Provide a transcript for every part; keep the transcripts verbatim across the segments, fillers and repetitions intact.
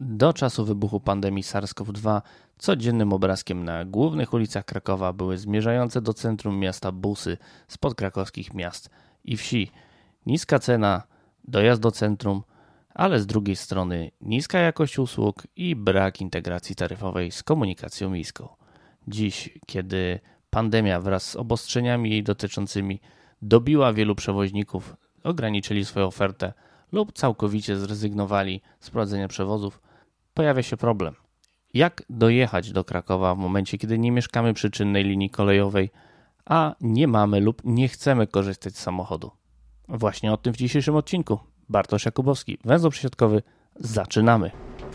Do czasu wybuchu pandemii SARS-CoV dwa codziennym obrazkiem na głównych ulicach Krakowa były zmierzające do centrum miasta busy z podkrakowskich miast i wsi. Niska cena, dojazd do centrum, ale z drugiej strony niska jakość usług i brak integracji taryfowej z komunikacją miejską. Dziś, kiedy pandemia wraz z obostrzeniami jej dotyczącymi dobiła wielu przewoźników, ograniczyli swoją ofertę lub całkowicie zrezygnowali z prowadzenia przewozów, pojawia się problem. Jak dojechać do Krakowa w momencie, kiedy nie mieszkamy przy czynnej linii kolejowej, a nie mamy lub nie chcemy korzystać z samochodu? Właśnie o tym w dzisiejszym odcinku. Bartosz Jakubowski, węzeł przysiadkowy. Zaczynamy!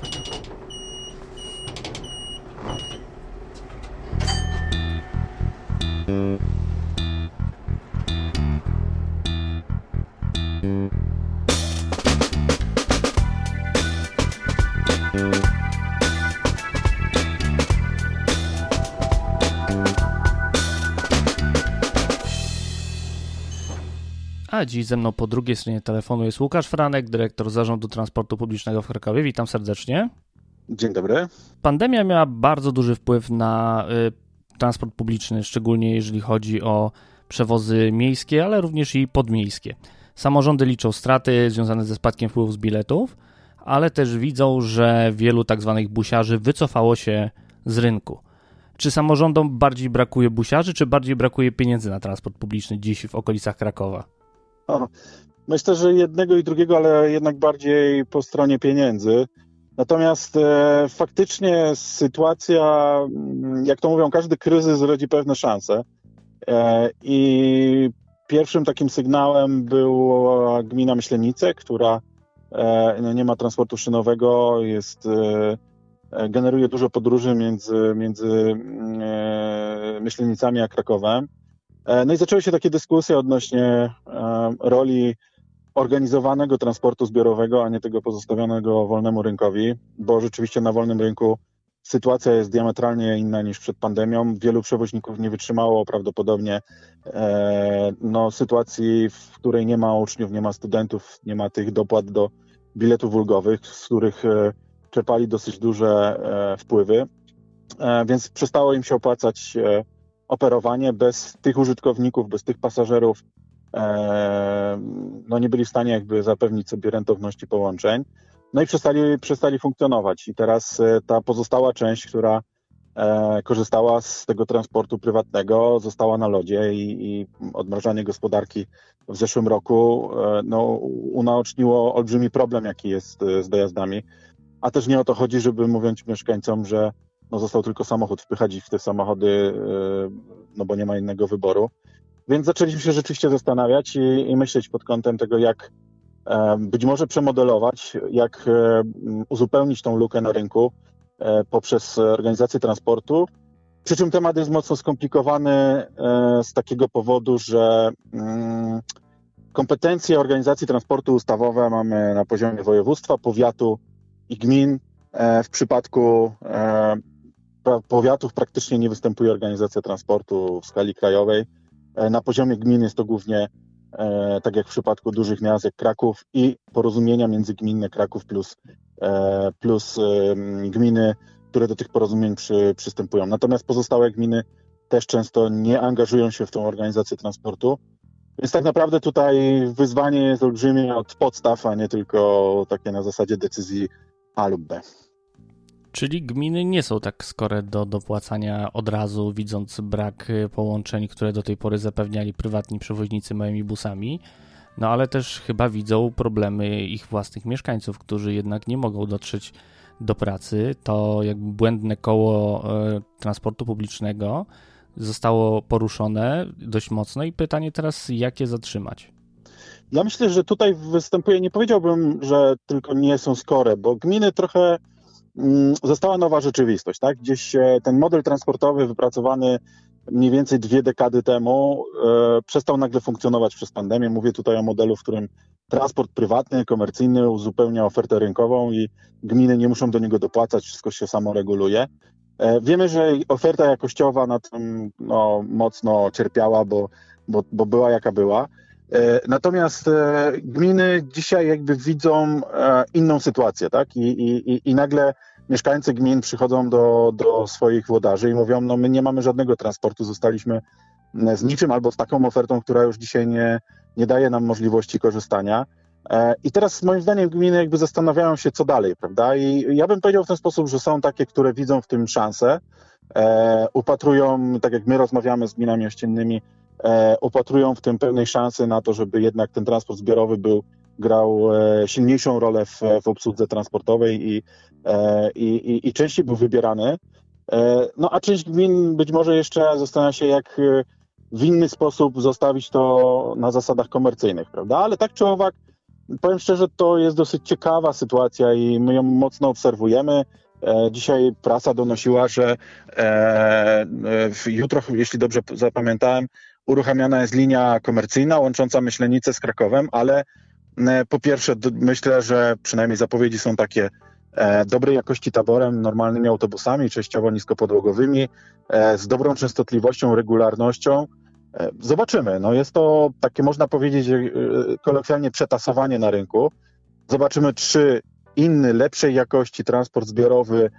A dziś ze mną po drugiej stronie telefonu jest Łukasz Franek, dyrektor Zarządu Transportu Publicznego w Krakowie. Witam serdecznie. Dzień dobry. Pandemia miała bardzo duży wpływ na y, transport publiczny, szczególnie jeżeli chodzi o przewozy miejskie, ale również i podmiejskie. Samorządy liczą straty związane ze spadkiem wpływów z biletów, ale też widzą, że wielu tak zwanych busiarzy wycofało się z rynku. Czy samorządom bardziej brakuje busiarzy, czy bardziej brakuje pieniędzy na transport publiczny dziś w okolicach Krakowa? O, myślę, że jednego i drugiego, ale jednak bardziej po stronie pieniędzy. Natomiast e, faktycznie sytuacja, jak to mówią, każdy kryzys rodzi pewne szanse. E, I pierwszym takim sygnałem była gmina Myślenice, która e, no nie ma transportu szynowego, jest, e, generuje dużo podróży między, między e, Myślenicami a Krakowem. No i zaczęły się takie dyskusje odnośnie e, roli organizowanego transportu zbiorowego, a nie tego pozostawionego wolnemu rynkowi, bo rzeczywiście na wolnym rynku sytuacja jest diametralnie inna niż przed pandemią. Wielu przewoźników nie wytrzymało prawdopodobnie e, no, sytuacji, w której nie ma uczniów, nie ma studentów, nie ma tych dopłat do biletów ulgowych, z których e, czerpali dosyć duże e, wpływy, e, więc przestało im się opłacać e, operowanie. Bez tych użytkowników, bez tych pasażerów e, no nie byli w stanie jakby zapewnić sobie rentowności połączeń. No i przestali, przestali funkcjonować. I teraz e, ta pozostała część, która e, korzystała z tego transportu prywatnego, została na lodzie i, i odmrażanie gospodarki w zeszłym roku e, no, unaoczniło olbrzymi problem, jaki jest e, z dojazdami. A też nie o to chodzi, żeby mówić mieszkańcom, że no został tylko samochód, wpychać ich w te samochody, no bo nie ma innego wyboru. Więc zaczęliśmy się rzeczywiście zastanawiać i, i myśleć pod kątem tego, jak e, być może przemodelować, jak e, uzupełnić tą lukę na rynku e, poprzez organizację transportu. Przy czym temat jest mocno skomplikowany e, z takiego powodu, że mm, kompetencje organizacji transportu ustawowe mamy na poziomie województwa, powiatu i gmin. E, w przypadku e, powiatów praktycznie nie występuje organizacja transportu w skali krajowej. Na poziomie gmin jest to głównie, e, tak jak w przypadku dużych miast jak Kraków, i porozumienia międzygminne Kraków plus, e, plus e, gminy, które do tych porozumień przy, przystępują. Natomiast pozostałe gminy też często nie angażują się w tą organizację transportu. Więc tak naprawdę tutaj wyzwanie jest olbrzymie od podstaw, a nie tylko takie na zasadzie decyzji A lub B. Czyli gminy nie są tak skore do dopłacania od razu, widząc brak połączeń, które do tej pory zapewniali prywatni przewoźnicy małymi busami, no ale też chyba widzą problemy ich własnych mieszkańców, którzy jednak nie mogą dotrzeć do pracy. To jakby błędne koło e, transportu publicznego zostało poruszone dość mocno i pytanie teraz, jak je zatrzymać? Ja myślę, że tutaj występuje, nie powiedziałbym, że tylko nie są skore, bo gminy trochę została nowa rzeczywistość, tak? Gdzieś ten model transportowy wypracowany mniej więcej dwie dekady temu e, przestał nagle funkcjonować przez pandemię. Mówię tutaj o modelu, w którym transport prywatny, komercyjny uzupełnia ofertę rynkową i gminy nie muszą do niego dopłacać, wszystko się samo reguluje. E, wiemy, że oferta jakościowa na tym no, mocno cierpiała, bo, bo, bo była jaka była. Natomiast gminy dzisiaj jakby widzą inną sytuację, tak? I, i, i nagle mieszkańcy gmin przychodzą do, do swoich włodarzy i mówią, no my nie mamy żadnego transportu, zostaliśmy z niczym albo z taką ofertą, która już dzisiaj nie, nie daje nam możliwości korzystania. I teraz moim zdaniem gminy jakby zastanawiają się, co dalej, prawda? I ja bym powiedział w ten sposób, że są takie, które widzą w tym szansę, e, upatrują, tak jak my rozmawiamy z gminami ościennymi, e, upatrują w tym pewnej szansy na to, żeby jednak ten transport zbiorowy był, grał e, silniejszą rolę w, w obsłudze transportowej i, e, i, i częściej był wybierany. E, no a część gmin być może jeszcze zastanawia się, jak w inny sposób zostawić to na zasadach komercyjnych, prawda? Ale tak czy owak, powiem szczerze, to jest dosyć ciekawa sytuacja i my ją mocno obserwujemy. E, dzisiaj prasa donosiła, że e, jutro, jeśli dobrze zapamiętałem, uruchamiana jest linia komercyjna łącząca Myślenicę z Krakowem, ale e, po pierwsze d- myślę, że przynajmniej zapowiedzi są takie e, dobrej jakości taborem, normalnymi autobusami, częściowo niskopodłogowymi, e, z dobrą częstotliwością, regularnością. Zobaczymy. No jest to takie, można powiedzieć, kolokwialnie przetasowanie na rynku. Zobaczymy, czy inny, lepszej jakości transport zbiorowy,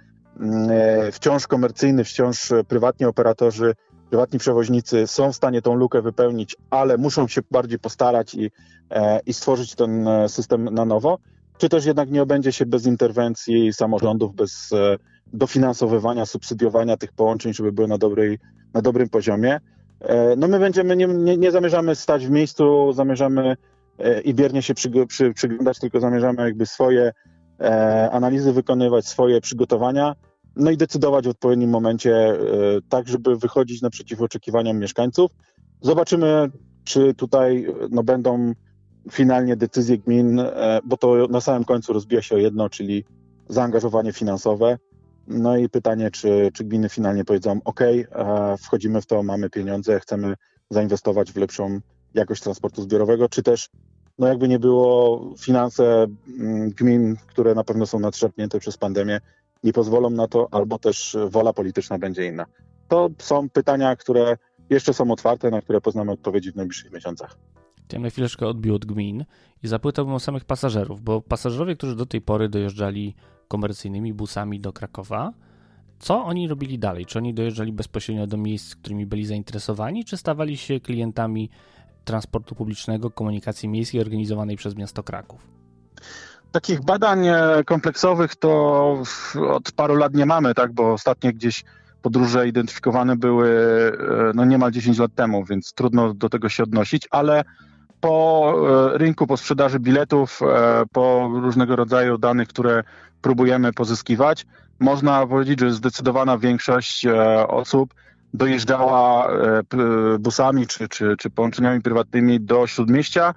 wciąż komercyjny, wciąż prywatni operatorzy, prywatni przewoźnicy są w stanie tą lukę wypełnić, ale muszą się bardziej postarać i, i stworzyć ten system na nowo. Czy też jednak nie obędzie się bez interwencji samorządów, bez dofinansowywania, subsydiowania tych połączeń, żeby były na, dobrej, na dobrym poziomie. No my będziemy, nie, nie, nie zamierzamy stać w miejscu, zamierzamy e, i biernie się przy, przy, przyglądać, tylko zamierzamy jakby swoje e, analizy wykonywać, swoje przygotowania, no i decydować w odpowiednim momencie e, tak, żeby wychodzić naprzeciw oczekiwaniom mieszkańców. Zobaczymy, czy tutaj no, będą finalnie decyzje gmin, e, bo to na samym końcu rozbija się o jedno, czyli zaangażowanie finansowe. No i pytanie, czy, czy gminy finalnie powiedzą, OK, wchodzimy w to, mamy pieniądze, chcemy zainwestować w lepszą jakość transportu zbiorowego, czy też, no jakby nie było, finanse gmin, które na pewno są nadszarpnięte przez pandemię, nie pozwolą na to, albo też wola polityczna będzie inna. To są pytania, które jeszcze są otwarte, na które poznamy odpowiedzi w najbliższych miesiącach. Chciałem na chwileczkę odbił od gmin i zapytałbym o samych pasażerów, bo pasażerowie, którzy do tej pory dojeżdżali komercyjnymi busami do Krakowa, co oni robili dalej? Czy oni dojeżdżali bezpośrednio do miejsc, którymi byli zainteresowani, czy stawali się klientami transportu publicznego, komunikacji miejskiej organizowanej przez miasto Kraków? Takich badań kompleksowych to od paru lat nie mamy, tak, bo ostatnie gdzieś podróże identyfikowane były no niemal dziesięć lat temu, więc trudno do tego się odnosić, ale po rynku, po sprzedaży biletów, po różnego rodzaju danych, które próbujemy pozyskiwać, można powiedzieć, że zdecydowana większość osób dojeżdżała busami czy, czy, czy połączeniami prywatnymi do Śródmieścia.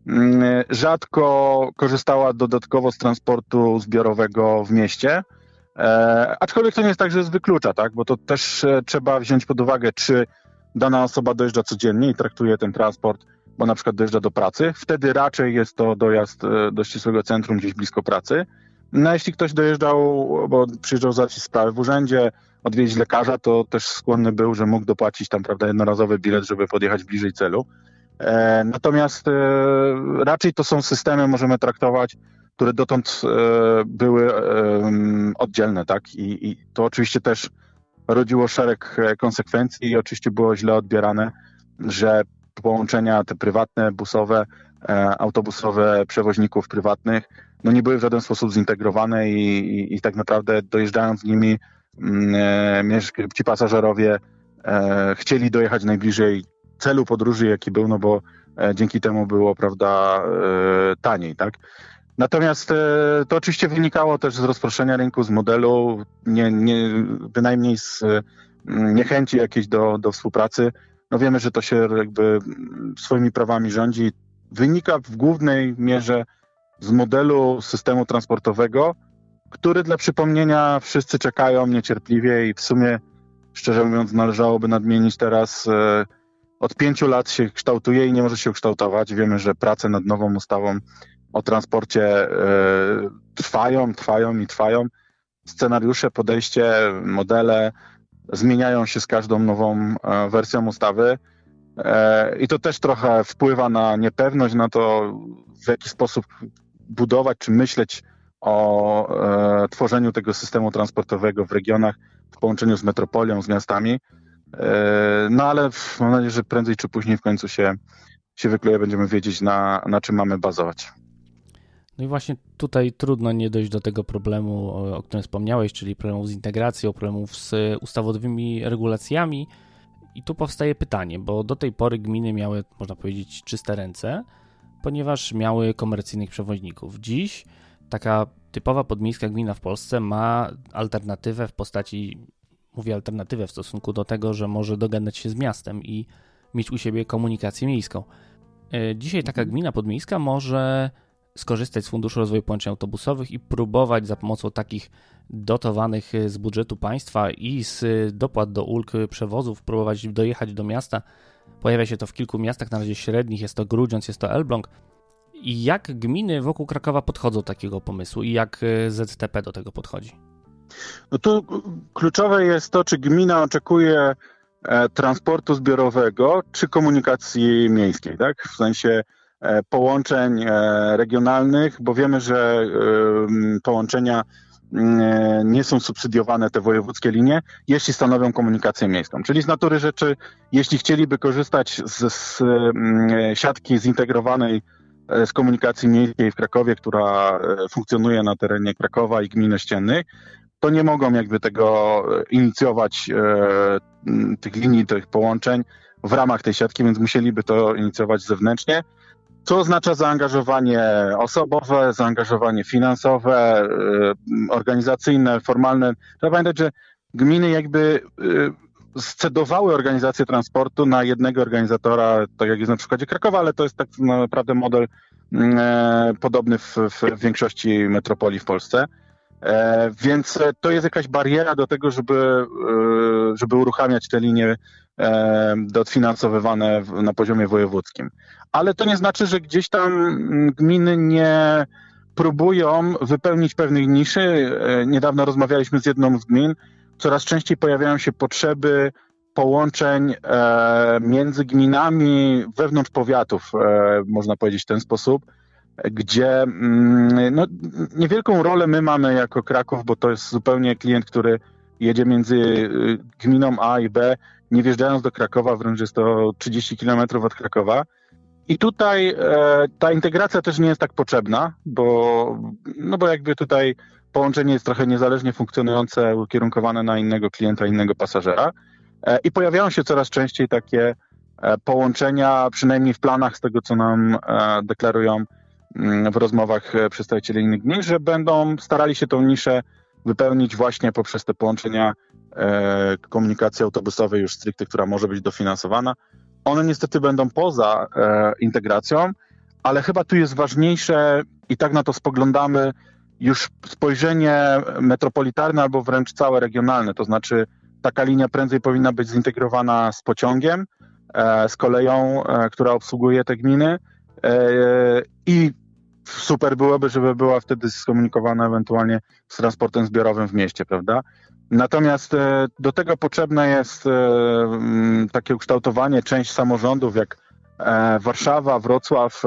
Rzadko korzystała dodatkowo z transportu zbiorowego w mieście. E, aczkolwiek to nie jest tak, że wyklucza, tak? Bo to też e, trzeba wziąć pod uwagę, czy dana osoba dojeżdża codziennie i traktuje ten transport, bo na przykład dojeżdża do pracy. Wtedy raczej jest to dojazd e, do ścisłego centrum, gdzieś blisko pracy. No a jeśli ktoś dojeżdżał, bo przyjeżdżał załatwić sprawę w urzędzie, odwiedzić lekarza, to też skłonny był, że mógł dopłacić tam, prawda, jednorazowy bilet, żeby podjechać bliżej celu. E, natomiast e, raczej to są systemy, możemy traktować, które dotąd e, były e, oddzielne, tak? I, I to oczywiście też rodziło szereg konsekwencji i oczywiście było źle odbierane, że połączenia te prywatne, busowe, e, autobusowe przewoźników prywatnych no nie były w żaden sposób zintegrowane i, i, i tak naprawdę dojeżdżając z nimi e, ci pasażerowie e, chcieli dojechać najbliżej celu podróży, jaki był, no bo e, dzięki temu było, prawda, e, taniej, tak? Natomiast e, to oczywiście wynikało też z rozproszenia rynku, z modelu, nie, nie, bynajmniej z e, niechęci jakiejś do, do współpracy. No wiemy, że to się jakby swoimi prawami rządzi. Wynika w głównej mierze z modelu systemu transportowego, który dla przypomnienia wszyscy czekają niecierpliwie i w sumie, szczerze mówiąc, należałoby nadmienić teraz, e, od pięciu lat się kształtuje i nie może się kształtować. Wiemy, że prace nad nową ustawą o transporcie e, trwają, trwają i trwają. Scenariusze, podejście, modele zmieniają się z każdą nową e, wersją ustawy. I to też trochę wpływa na niepewność, na to, w jaki sposób budować czy myśleć o e, tworzeniu tego systemu transportowego w regionach w połączeniu z metropolią, z miastami. E, no ale mam nadzieję, że prędzej czy później w końcu się, się wykluje, będziemy wiedzieć, na, na czym mamy bazować. No i właśnie tutaj trudno nie dojść do tego problemu, o, o którym wspomniałeś, czyli problemów z integracją, problemów z ustawowymi regulacjami. I tu powstaje pytanie, bo do tej pory gminy miały, można powiedzieć, czyste ręce, ponieważ miały komercyjnych przewoźników. Dziś taka typowa podmiejska gmina w Polsce ma alternatywę w postaci, mówię alternatywę w stosunku do tego, że może dogadać się z miastem i mieć u siebie komunikację miejską. Dzisiaj taka gmina podmiejska może skorzystać z Funduszu Rozwoju Połączeń Autobusowych i próbować za pomocą takich dotowanych z budżetu państwa i z dopłat do ulg przewozów próbować dojechać do miasta. Pojawia się to w kilku miastach, na razie średnich, jest to Grudziądz, jest to Elbląg. I jak gminy wokół Krakowa podchodzą do takiego pomysłu i jak Z T P do tego podchodzi? No tu kluczowe jest to, czy gmina oczekuje e, transportu zbiorowego, czy komunikacji miejskiej, tak? W sensie e, połączeń e, regionalnych, bo wiemy, że e, połączenia e, nie są subsydiowane, te wojewódzkie linie, jeśli stanowią komunikację miejską. Czyli z natury rzeczy, jeśli chcieliby korzystać z, z e, siatki zintegrowanej z komunikacji miejskiej w Krakowie, która funkcjonuje na terenie Krakowa i gmin ościennych, to nie mogą jakby tego inicjować, e, tych linii, tych połączeń w ramach tej siatki, więc musieliby to inicjować zewnętrznie, co oznacza zaangażowanie osobowe, zaangażowanie finansowe, e, organizacyjne, formalne. Trzeba pamiętać, że gminy jakby e, scedowały organizację transportu na jednego organizatora, tak jak jest na przykładzie Krakowa, ale to jest tak naprawdę model e, podobny w, w większości metropolii w Polsce. E, więc to jest jakaś bariera do tego, żeby, e, żeby uruchamiać te linie e, dofinansowywane w, na poziomie wojewódzkim. Ale to nie znaczy, że gdzieś tam gminy nie próbują wypełnić pewnych niszy. E, niedawno rozmawialiśmy z jedną z gmin. Coraz częściej pojawiają się potrzeby połączeń e, między gminami wewnątrz powiatów, e, można powiedzieć w ten sposób, gdzie no, niewielką rolę my mamy jako Kraków, bo to jest zupełnie klient, który jedzie między gminą A i B, nie wjeżdżając do Krakowa, wręcz jest to trzydzieści kilometrów od Krakowa. I tutaj e, ta integracja też nie jest tak potrzebna, bo, no bo jakby tutaj połączenie jest trochę niezależnie funkcjonujące, ukierunkowane na innego klienta, innego pasażera. E, I pojawiają się coraz częściej takie e, połączenia, przynajmniej w planach z tego, co nam e, deklarują w rozmowach przedstawicieli innych gmin, że będą starali się tą niszę wypełnić właśnie poprzez te połączenia e, komunikacji autobusowej już stricte, która może być dofinansowana. One niestety będą poza e, integracją, ale chyba tu jest ważniejsze i tak na to spoglądamy już spojrzenie metropolitarne albo wręcz całe regionalne, to znaczy taka linia prędzej powinna być zintegrowana z pociągiem, e, z koleją, e, która obsługuje te gminy, i super byłoby, żeby była wtedy skomunikowana ewentualnie z transportem zbiorowym w mieście, prawda? Natomiast do tego potrzebne jest takie ukształtowanie, część samorządów jak Warszawa, Wrocław,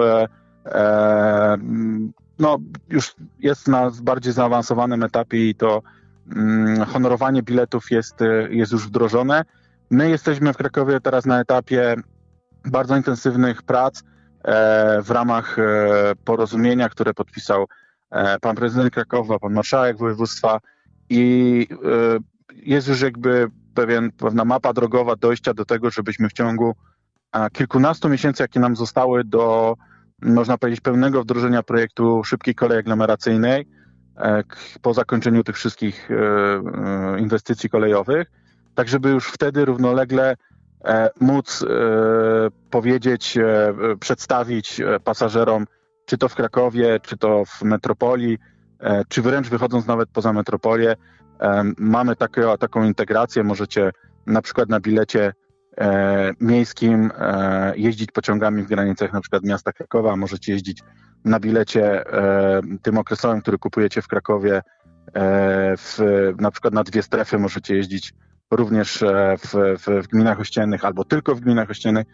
no już jest na bardziej zaawansowanym etapie i to honorowanie biletów jest, jest już wdrożone. My jesteśmy w Krakowie teraz na etapie bardzo intensywnych prac w ramach porozumienia, które podpisał pan prezydent Krakowa, pan marszałek województwa i jest już jakby pewien, pewna mapa drogowa dojścia do tego, żebyśmy w ciągu kilkunastu miesięcy, jakie nam zostały do, można powiedzieć, pełnego wdrożenia projektu szybkiej kolei aglomeracyjnej po zakończeniu tych wszystkich inwestycji kolejowych, tak żeby już wtedy równolegle móc powiedzieć, przedstawić pasażerom, czy to w Krakowie, czy to w metropolii, czy wręcz wychodząc nawet poza metropolię, mamy takie, taką integrację, możecie na przykład na bilecie miejskim jeździć pociągami w granicach na przykład miasta Krakowa, możecie jeździć na bilecie tym okresowym, który kupujecie w Krakowie, w, na przykład na dwie strefy możecie jeździć również w, w, w gminach ościennych albo tylko w gminach ościennych.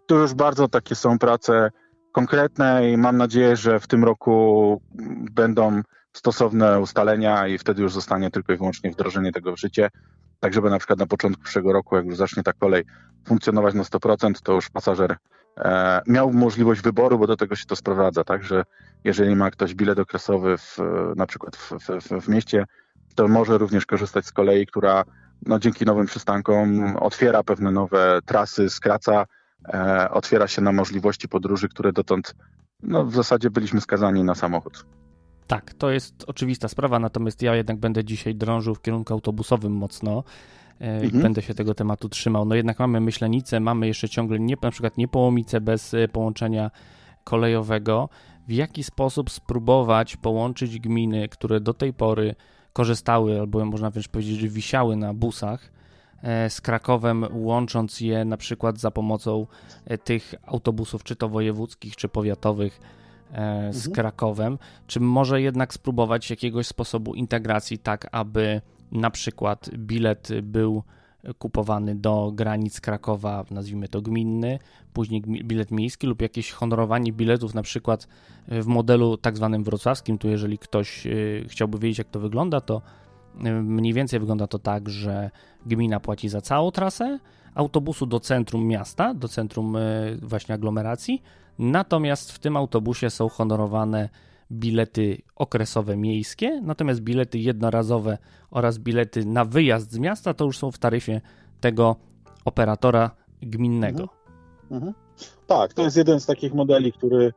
tu już bardzo takie są prace konkretne i mam nadzieję, że w tym roku będą stosowne ustalenia i wtedy już zostanie tylko i wyłącznie wdrożenie tego w życie. Tak, żeby na przykład na początku przyszłego roku, jak już zacznie ta kolej funkcjonować na sto procent, to już pasażer e, miał możliwość wyboru, bo do tego się to sprowadza, tak, że jeżeli ma ktoś bilet okresowy w, na przykład w, w, w mieście, to może również korzystać z kolei, która no, dzięki nowym przystankom otwiera pewne nowe trasy, skraca, e, otwiera się na możliwości podróży, które dotąd no, w zasadzie byliśmy skazani na samochód. Tak, to jest oczywista sprawa, natomiast ja jednak będę dzisiaj drążył w kierunku autobusowym mocno e, i Mhm. będę się tego tematu trzymał. No jednak mamy Myślenicę, mamy jeszcze ciągle nie, na przykład Niepołomice bez e, połączenia kolejowego. W jaki sposób spróbować połączyć gminy, które do tej pory korzystały, albo można wręcz powiedzieć, że wisiały na busach e, z Krakowem, łącząc je na przykład za pomocą e, tych autobusów, czy to wojewódzkich, czy powiatowych, z Krakowem, czy może jednak spróbować jakiegoś sposobu integracji tak, aby na przykład bilet był kupowany do granic Krakowa, nazwijmy to gminny, później bilet miejski lub jakieś honorowanie biletów na przykład w modelu tak zwanym wrocławskim. Tu jeżeli ktoś chciałby wiedzieć, jak to wygląda, to mniej więcej wygląda to tak, że gmina płaci za całą trasę autobusu do centrum miasta, do centrum właśnie aglomeracji, natomiast w tym autobusie są honorowane bilety okresowe miejskie, natomiast bilety jednorazowe oraz bilety na wyjazd z miasta to już są w taryfie tego operatora gminnego. Mhm. Mhm. Tak, to jest jeden z takich modeli, który,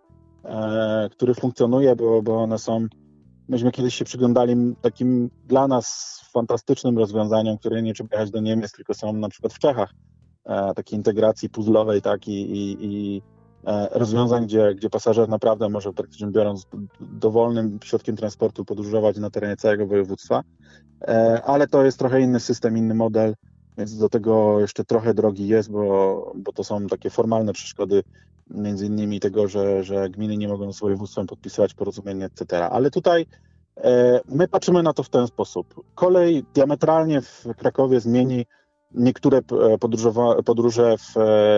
e, który funkcjonuje, bo, bo one są, myśmy kiedyś się przyglądali takim dla nas fantastycznym rozwiązaniom, które nie trzeba jechać do Niemiec, tylko są na przykład w Czechach, e, takiej integracji puzzlowej, tak, i, i, i rozwiązań, gdzie, gdzie pasażer naprawdę może praktycznie biorąc dowolnym środkiem transportu podróżować na terenie całego województwa, ale to jest trochę inny system, inny model, więc do tego jeszcze trochę drogi jest, bo, bo to są takie formalne przeszkody, między innymi tego, że, że gminy nie mogą z województwem podpisywać porozumienia, et cetera. Ale tutaj e, my patrzymy na to w ten sposób. Kolej diametralnie w Krakowie zmieni niektóre podróże w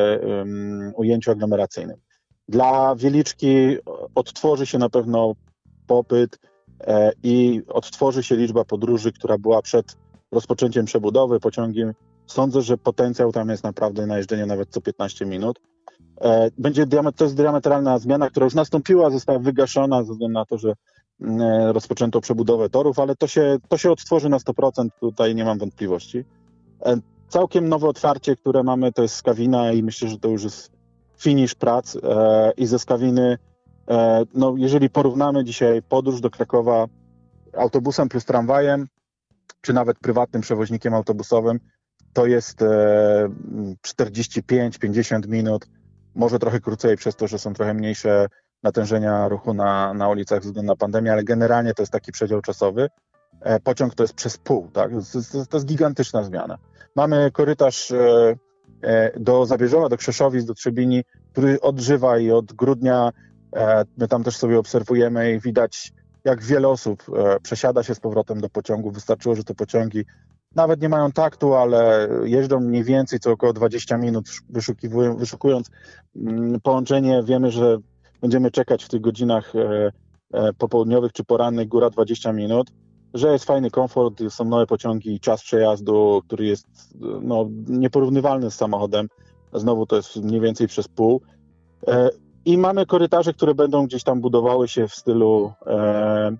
um, ujęciu aglomeracyjnym. Dla Wieliczki odtworzy się na pewno popyt e, i odtworzy się liczba podróży, która była przed rozpoczęciem przebudowy pociągiem. Sądzę, że potencjał tam jest naprawdę na jeżdżenie nawet co piętnaście minut. E, będzie diamet- to jest diametralna zmiana, która już nastąpiła, została wygaszona ze względu na to, że e, rozpoczęto przebudowę torów, ale to się, to się odtworzy na sto procent, tutaj nie mam wątpliwości. E, Całkiem nowe otwarcie, które mamy, to jest Skawina i myślę, że to już jest finisz prac e, i ze Skawiny, e, no jeżeli porównamy dzisiaj podróż do Krakowa autobusem plus tramwajem, czy nawet prywatnym przewoźnikiem autobusowym, to jest e, czterdzieści pięć pięćdziesiąt minut, może trochę krócej przez to, że są trochę mniejsze natężenia ruchu na, na ulicach ze względu na pandemię, ale generalnie to jest taki przedział czasowy. E, pociąg to jest przez pół, tak? To, to, to jest gigantyczna zmiana. Mamy korytarz e, e, do Zabierzowa, do Krzeszowic, do Trzebini, który odżywa i od grudnia e, my tam też sobie obserwujemy i widać, jak wiele osób e, przesiada się z powrotem do pociągu. Wystarczyło, że te pociągi nawet nie mają taktu, ale jeżdżą mniej więcej co około dwadzieścia minut, wyszukując mm, połączenie. Wiemy, że będziemy czekać w tych godzinach e, e, popołudniowych czy porannych góra dwadzieścia minut. Że jest fajny komfort, są nowe pociągi, czas przejazdu, który jest no, nieporównywalny z samochodem. Znowu to jest mniej więcej przez pół. E, I mamy korytarze, które będą gdzieś tam budowały się w stylu e, e,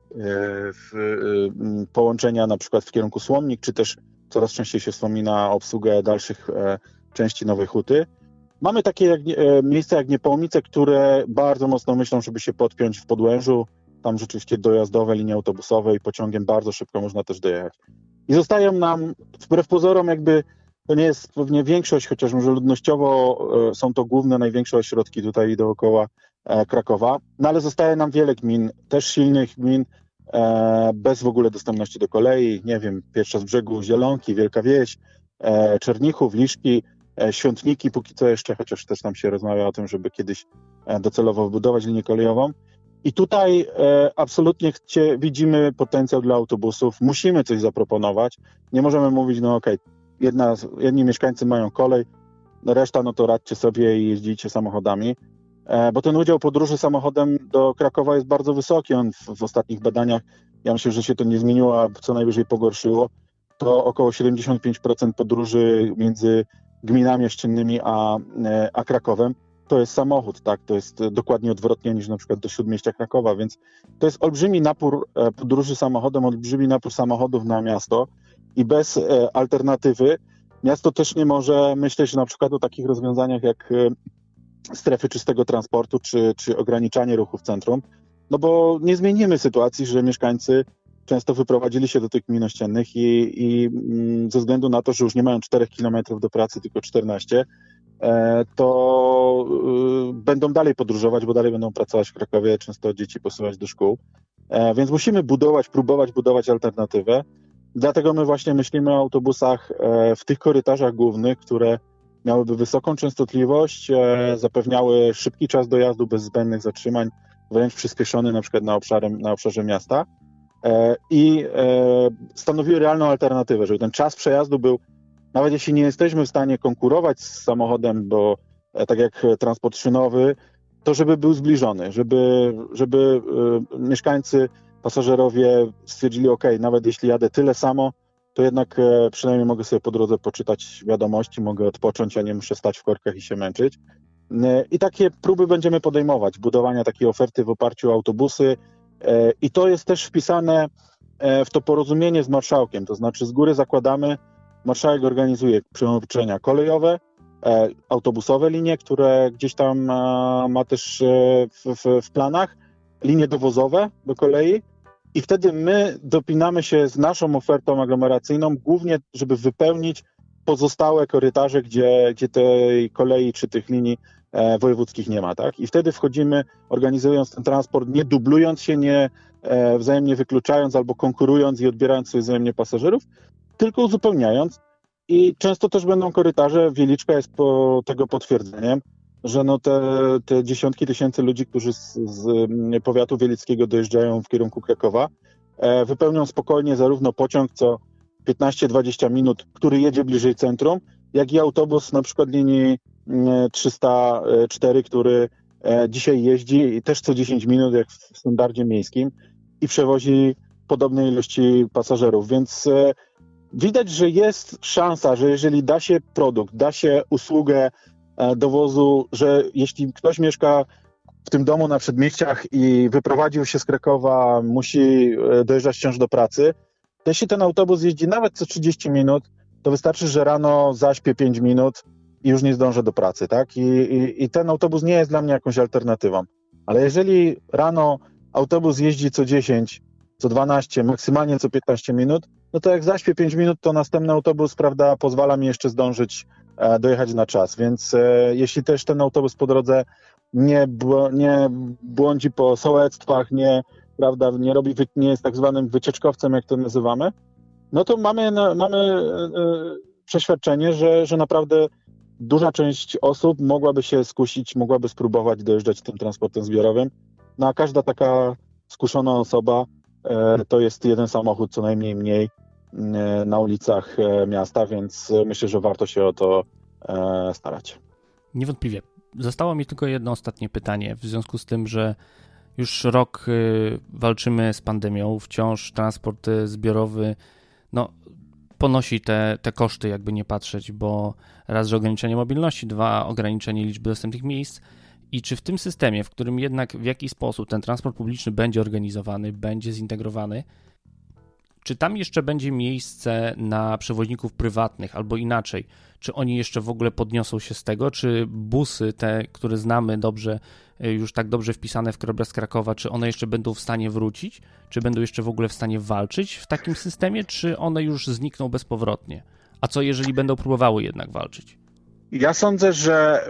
w, e, połączenia na przykład w kierunku Słomnik, czy też coraz częściej się wspomina obsługę dalszych e, części Nowej Huty. Mamy takie jak, e, miejsca jak Niepołomice, które bardzo mocno myślą, żeby się podpiąć w Podłężu. Tam rzeczywiście dojazdowe linie autobusowe i pociągiem bardzo szybko można też dojechać. I zostają nam, wbrew pozorom, jakby to nie jest pewnie większość, chociaż może ludnościowo e, są to główne, największe ośrodki tutaj dookoła e, Krakowa, no ale zostaje nam wiele gmin, też silnych gmin, e, bez w ogóle dostępności do kolei, nie wiem, Pierwsza z Brzegu, Zielonki, Wielka Wieś, e, Czernichów, Liszki, e, Świątniki, póki co jeszcze, chociaż też tam się rozmawia o tym, żeby kiedyś e, docelowo wybudować linię kolejową. I tutaj e, absolutnie chcie, widzimy potencjał dla autobusów. Musimy coś zaproponować. Nie możemy mówić, no okej, okay, jedni mieszkańcy mają kolej, reszta no to radźcie sobie i jeździcie samochodami, bo ten udział podróży samochodem do Krakowa jest bardzo wysoki. On w, w ostatnich badaniach, ja myślę, że się to nie zmieniło, a co najwyżej pogorszyło, to około siedemdziesiąt pięć procent podróży między gminami ościennymi a, a Krakowem to jest samochód, tak? To jest dokładnie odwrotnie niż na przykład do Śródmieścia Krakowa, więc to jest olbrzymi napór podróży samochodem, olbrzymi napór samochodów na miasto i bez alternatywy miasto też nie może myśleć na przykład o takich rozwiązaniach jak strefy czystego transportu czy, czy ograniczanie ruchu w centrum, no bo nie zmienimy sytuacji, że mieszkańcy często wyprowadzili się do tych gmin ościennych i, i ze względu na to, że już nie mają czterech kilometrów do pracy, tylko czternaście, to będą dalej podróżować, bo dalej będą pracować w Krakowie, często dzieci posyłać do szkół. Więc musimy budować, próbować budować alternatywę. Dlatego my właśnie myślimy o autobusach w tych korytarzach głównych, które miałyby wysoką częstotliwość, zapewniały szybki czas dojazdu bez zbędnych zatrzymań, wręcz przyspieszony na przykład na obszarze, na obszarze miasta i stanowiły realną alternatywę, żeby ten czas przejazdu był, nawet jeśli nie jesteśmy w stanie konkurować z samochodem, bo tak jak transport szynowy, to żeby był zbliżony, żeby, żeby mieszkańcy, pasażerowie stwierdzili, ok, nawet jeśli jadę tyle samo, to jednak przynajmniej mogę sobie po drodze poczytać wiadomości, mogę odpocząć, a nie muszę stać w korkach i się męczyć. I takie próby będziemy podejmować, budowania takiej oferty w oparciu o autobusy i to jest też wpisane w to porozumienie z marszałkiem, to znaczy z góry zakładamy, marszałek organizuje połączenia kolejowe, autobusowe linie, które gdzieś tam ma też w, w, w planach, linie dowozowe do kolei i wtedy my dopinamy się z naszą ofertą aglomeracyjną, głównie żeby wypełnić pozostałe korytarze, gdzie, gdzie tej kolei czy tych linii e, wojewódzkich nie ma, tak? I wtedy wchodzimy, organizując ten transport, nie dublując się, nie e, wzajemnie wykluczając albo konkurując i odbierając sobie wzajemnie pasażerów, tylko uzupełniając. I często też będą korytarze, Wieliczka jest po tego potwierdzeniem, że no te, te dziesiątki tysięcy ludzi, którzy z, z powiatu wielickiego dojeżdżają w kierunku Krakowa, e, wypełnią spokojnie zarówno pociąg co piętnaście dwadzieścia minut, który jedzie bliżej centrum, jak i autobus na przykład linii trzysta cztery, który e, dzisiaj jeździ i też co dziesięć minut, jak w standardzie miejskim i przewozi podobnej ilości pasażerów, więc e, widać, że jest szansa, że jeżeli da się produkt, da się usługę dowozu, że jeśli ktoś mieszka w tym domu na przedmieściach i wyprowadził się z Krakowa, musi dojeżdżać wciąż do pracy, to jeśli ten autobus jeździ nawet co trzydzieści minut, to wystarczy, że rano zaśpię pięć minut i już nie zdążę do pracy, tak? I, i, i ten autobus nie jest dla mnie jakąś alternatywą. Ale jeżeli rano autobus jeździ co dziesięć, co dwanaście, maksymalnie co piętnaście minut, no to jak zaśpię pięć minut, to następny autobus, prawda, pozwala mi jeszcze zdążyć e, dojechać na czas. Więc e, jeśli też ten autobus po drodze nie, bł- nie błądzi po sołectwach, nie, prawda, nie robi, wy- nie jest tak zwanym wycieczkowcem, jak to nazywamy, no to mamy, no, mamy e, przeświadczenie, że, że naprawdę duża część osób mogłaby się skusić, mogłaby spróbować dojeżdżać tym transportem zbiorowym. No a każda taka skuszona osoba to jest jeden samochód, co najmniej mniej na ulicach miasta, więc myślę, że warto się o to starać. Niewątpliwie. Zostało mi tylko jedno ostatnie pytanie, w związku z tym, że już rok walczymy z pandemią, wciąż transport zbiorowy no, ponosi te, te koszty, jakby nie patrzeć, bo raz, że ograniczenie mobilności, dwa, ograniczenie liczby dostępnych miejsc. I czy w tym systemie, w którym jednak w jakiś sposób ten transport publiczny będzie organizowany, będzie zintegrowany, czy tam jeszcze będzie miejsce na przewoźników prywatnych, albo inaczej, czy oni jeszcze w ogóle podniosą się z tego, czy busy te, które znamy dobrze, już tak dobrze wpisane w krajobraz Krakowa, czy one jeszcze będą w stanie wrócić, czy będą jeszcze w ogóle w stanie walczyć w takim systemie, czy one już znikną bezpowrotnie? A co jeżeli będą próbowały jednak walczyć? Ja sądzę, że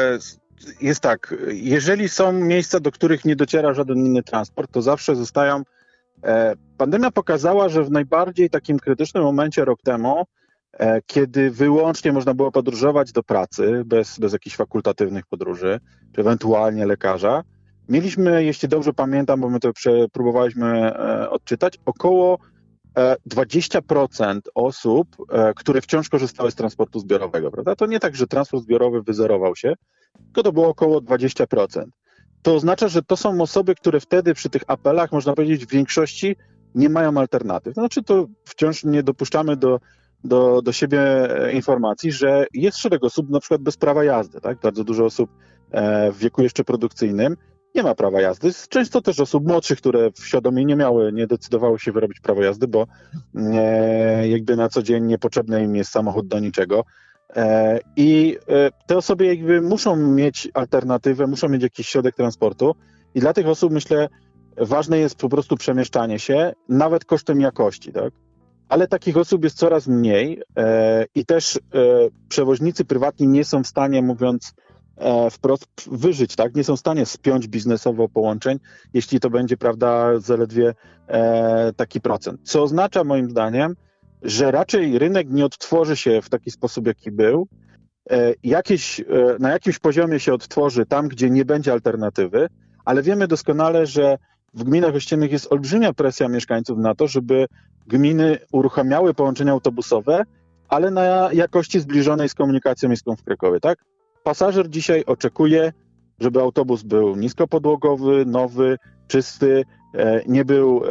jest tak, jeżeli są miejsca, do których nie dociera żaden inny transport, to zawsze zostają. Pandemia pokazała, że w najbardziej takim krytycznym momencie rok temu, kiedy wyłącznie można było podróżować do pracy, bez, bez jakichś fakultatywnych podróży, czy ewentualnie lekarza, mieliśmy, jeśli dobrze pamiętam, bo my to próbowaliśmy odczytać, około dwadzieścia procent osób, które wciąż korzystały z transportu zbiorowego, prawda? To nie tak, że transport zbiorowy wyzerował się, tylko to było około dwadzieścia procent. To oznacza, że to są osoby, które wtedy przy tych apelach, można powiedzieć, w większości nie mają alternatyw. Znaczy to wciąż nie dopuszczamy do, do, do siebie informacji, że jest szereg osób na przykład bez prawa jazdy, tak? Bardzo dużo osób w wieku jeszcze produkcyjnym nie ma prawa jazdy. Często też osób młodszych, które w świadomie nie miały, nie decydowały się wyrobić prawo jazdy, bo e, jakby na co dzień niepotrzebny im jest samochód do niczego. E, I e, te osoby jakby muszą mieć alternatywę, muszą mieć jakiś środek transportu i dla tych osób, myślę, ważne jest po prostu przemieszczanie się, nawet kosztem jakości, tak? Ale takich osób jest coraz mniej e, i też e, przewoźnicy prywatni nie są w stanie, mówiąc wprost, wyżyć, tak? Nie są w stanie spiąć biznesowo połączeń, jeśli to będzie, prawda, zaledwie e, taki procent. Co oznacza moim zdaniem, że raczej rynek nie odtworzy się w taki sposób, jaki był. E, jakieś, e, na jakimś poziomie się odtworzy tam, gdzie nie będzie alternatywy, ale wiemy doskonale, że w gminach ościennych jest olbrzymia presja mieszkańców na to, żeby gminy uruchamiały połączenia autobusowe, ale na jakości zbliżonej z komunikacją miejską w Krakowie, tak? Pasażer dzisiaj oczekuje, żeby autobus był niskopodłogowy, nowy, czysty, nie był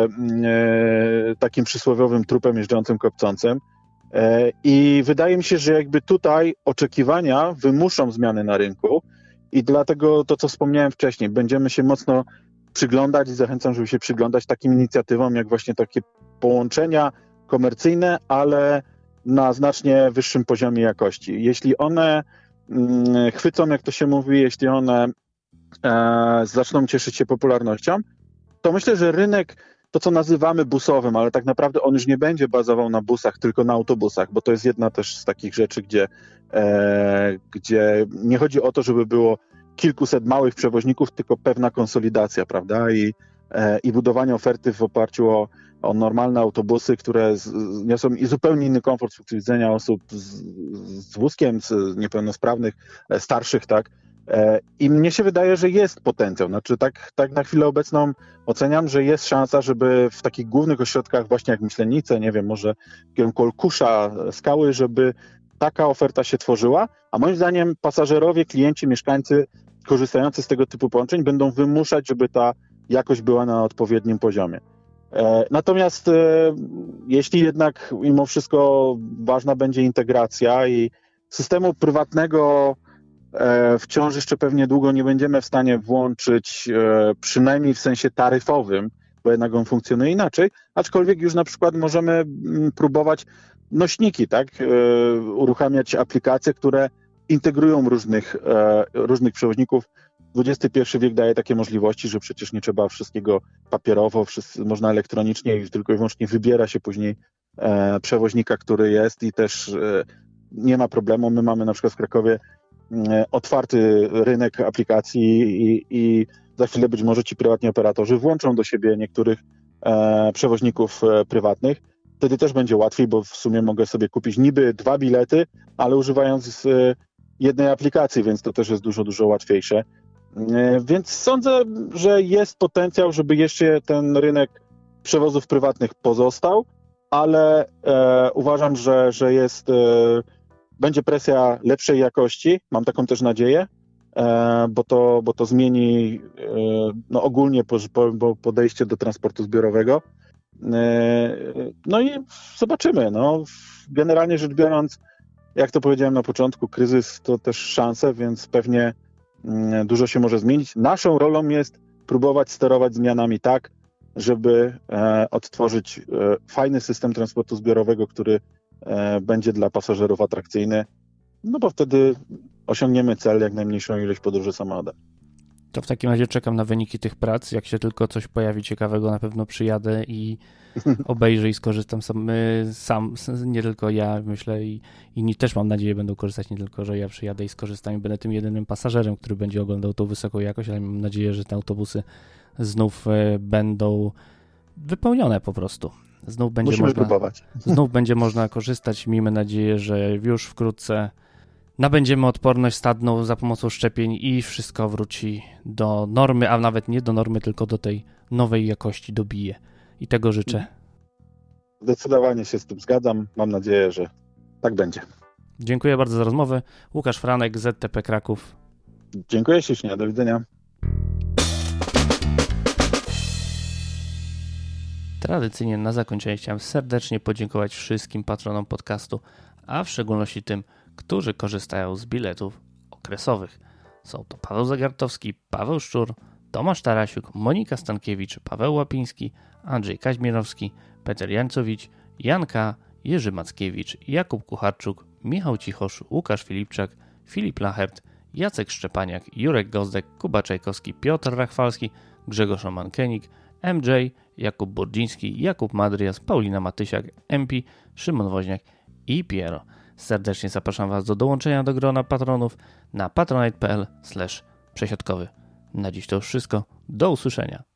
takim przysłowiowym trupem jeżdżącym kopcącym. I wydaje mi się, że jakby tutaj oczekiwania wymuszą zmiany na rynku i dlatego to, co wspomniałem wcześniej, będziemy się mocno przyglądać i zachęcam, żeby się przyglądać takim inicjatywom, jak właśnie takie połączenia komercyjne, ale na znacznie wyższym poziomie jakości. Jeśli one chwycą, jak to się mówi, jeśli one e, zaczną cieszyć się popularnością, to myślę, że rynek, to co nazywamy busowym, ale tak naprawdę on już nie będzie bazował na busach, tylko na autobusach, bo to jest jedna też z takich rzeczy, gdzie, e, gdzie nie chodzi o to, żeby było kilkuset małych przewoźników, tylko pewna konsolidacja, prawda? I, e, i budowanie oferty w oparciu o, o normalne autobusy, które z, niosą i zupełnie inny komfort z punktu widzenia osób z, z wózkiem, z niepełnosprawnych, starszych, tak? I mnie się wydaje, że jest potencjał. Znaczy tak, tak na chwilę obecną oceniam, że jest szansa, żeby w takich głównych ośrodkach, właśnie jak Myślenice, nie wiem, może w kierunku Olkusza, Skały, żeby taka oferta się tworzyła, a moim zdaniem pasażerowie, klienci, mieszkańcy korzystający z tego typu połączeń będą wymuszać, żeby ta jakość była na odpowiednim poziomie. Natomiast jeśli jednak mimo wszystko ważna będzie integracja i systemu prywatnego wciąż jeszcze pewnie długo nie będziemy w stanie włączyć, przynajmniej w sensie taryfowym, bo jednak on funkcjonuje inaczej, aczkolwiek już na przykład możemy próbować nośniki, tak, uruchamiać aplikacje, które integrują różnych, różnych przewoźników. dwudziesty pierwszy wiek daje takie możliwości, że przecież nie trzeba wszystkiego papierowo, wszyscy, można elektronicznie i tylko i wyłącznie wybiera się później e, przewoźnika, który jest i też e, nie ma problemu. My mamy na przykład w Krakowie e, otwarty rynek aplikacji i, i za chwilę być może ci prywatni operatorzy włączą do siebie niektórych e, przewoźników e, prywatnych. Wtedy też będzie łatwiej, bo w sumie mogę sobie kupić niby dwa bilety, ale używając e, jednej aplikacji, więc to też jest dużo, dużo łatwiejsze. Więc sądzę, że jest potencjał, żeby jeszcze ten rynek przewozów prywatnych pozostał, ale e, uważam, że, że jest, e, będzie presja lepszej jakości, mam taką też nadzieję, e, bo, to, bo to zmieni e, no ogólnie po, po podejście do transportu zbiorowego. E, no i zobaczymy. No. Generalnie rzecz biorąc, jak to powiedziałem na początku, kryzys to też szanse, więc pewnie dużo się może zmienić. Naszą rolą jest próbować sterować zmianami tak, żeby e, odtworzyć e, fajny system transportu zbiorowego, który e, będzie dla pasażerów atrakcyjny, no bo wtedy osiągniemy cel, jak najmniejszą ilość podróży samochodem. To w takim razie czekam na wyniki tych prac. Jak się tylko coś pojawi ciekawego, na pewno przyjadę i obejrzę i skorzystam sam, sam nie tylko ja, myślę, i inni też mam nadzieję będą korzystać, nie tylko, że ja przyjadę i skorzystam i będę tym jedynym pasażerem, który będzie oglądał tą wysoką jakość, ale mam nadzieję, że te autobusy znów będą wypełnione po prostu. Znów będzie Musimy można, próbować. Znów będzie można korzystać. Miejmy nadzieję, że już wkrótce nabędziemy odporność stadną za pomocą szczepień i wszystko wróci do normy, a nawet nie do normy, tylko do tej nowej jakości dobije. I tego życzę Zdecydowanie się z tym zgadzam. Mam nadzieję, że tak będzie. Dziękuję bardzo za rozmowę. Łukasz Franek, Z T P Kraków. Dziękuję ślicznie. Do widzenia. Tradycyjnie na zakończenie chciałem serdecznie podziękować wszystkim patronom podcastu, a w szczególności tym, którzy korzystają z biletów okresowych. Są to Paweł Zagartowski, Paweł Szczur, Tomasz Tarasiuk, Monika Stankiewicz, Paweł Łapiński, Andrzej Kaźmierowski, Peter Jańcowicz, Jan K., Jerzy Mackiewicz, Jakub Kucharczuk, Michał Cichosz, Łukasz Filipczak, Filip Lachert, Jacek Szczepaniak, Jurek Gozdek, Kuba Czajkowski, Piotr Rachwalski, Grzegorz Roman-Kenik, M J, Jakub Burdziński, Jakub Madrias, Paulina Matysiak, M P, Szymon Woźniak i Piero. Serdecznie zapraszam Was do dołączenia do grona patronów na patronite kropka pl slash przesiadkowy. Na dziś to już wszystko. Do usłyszenia.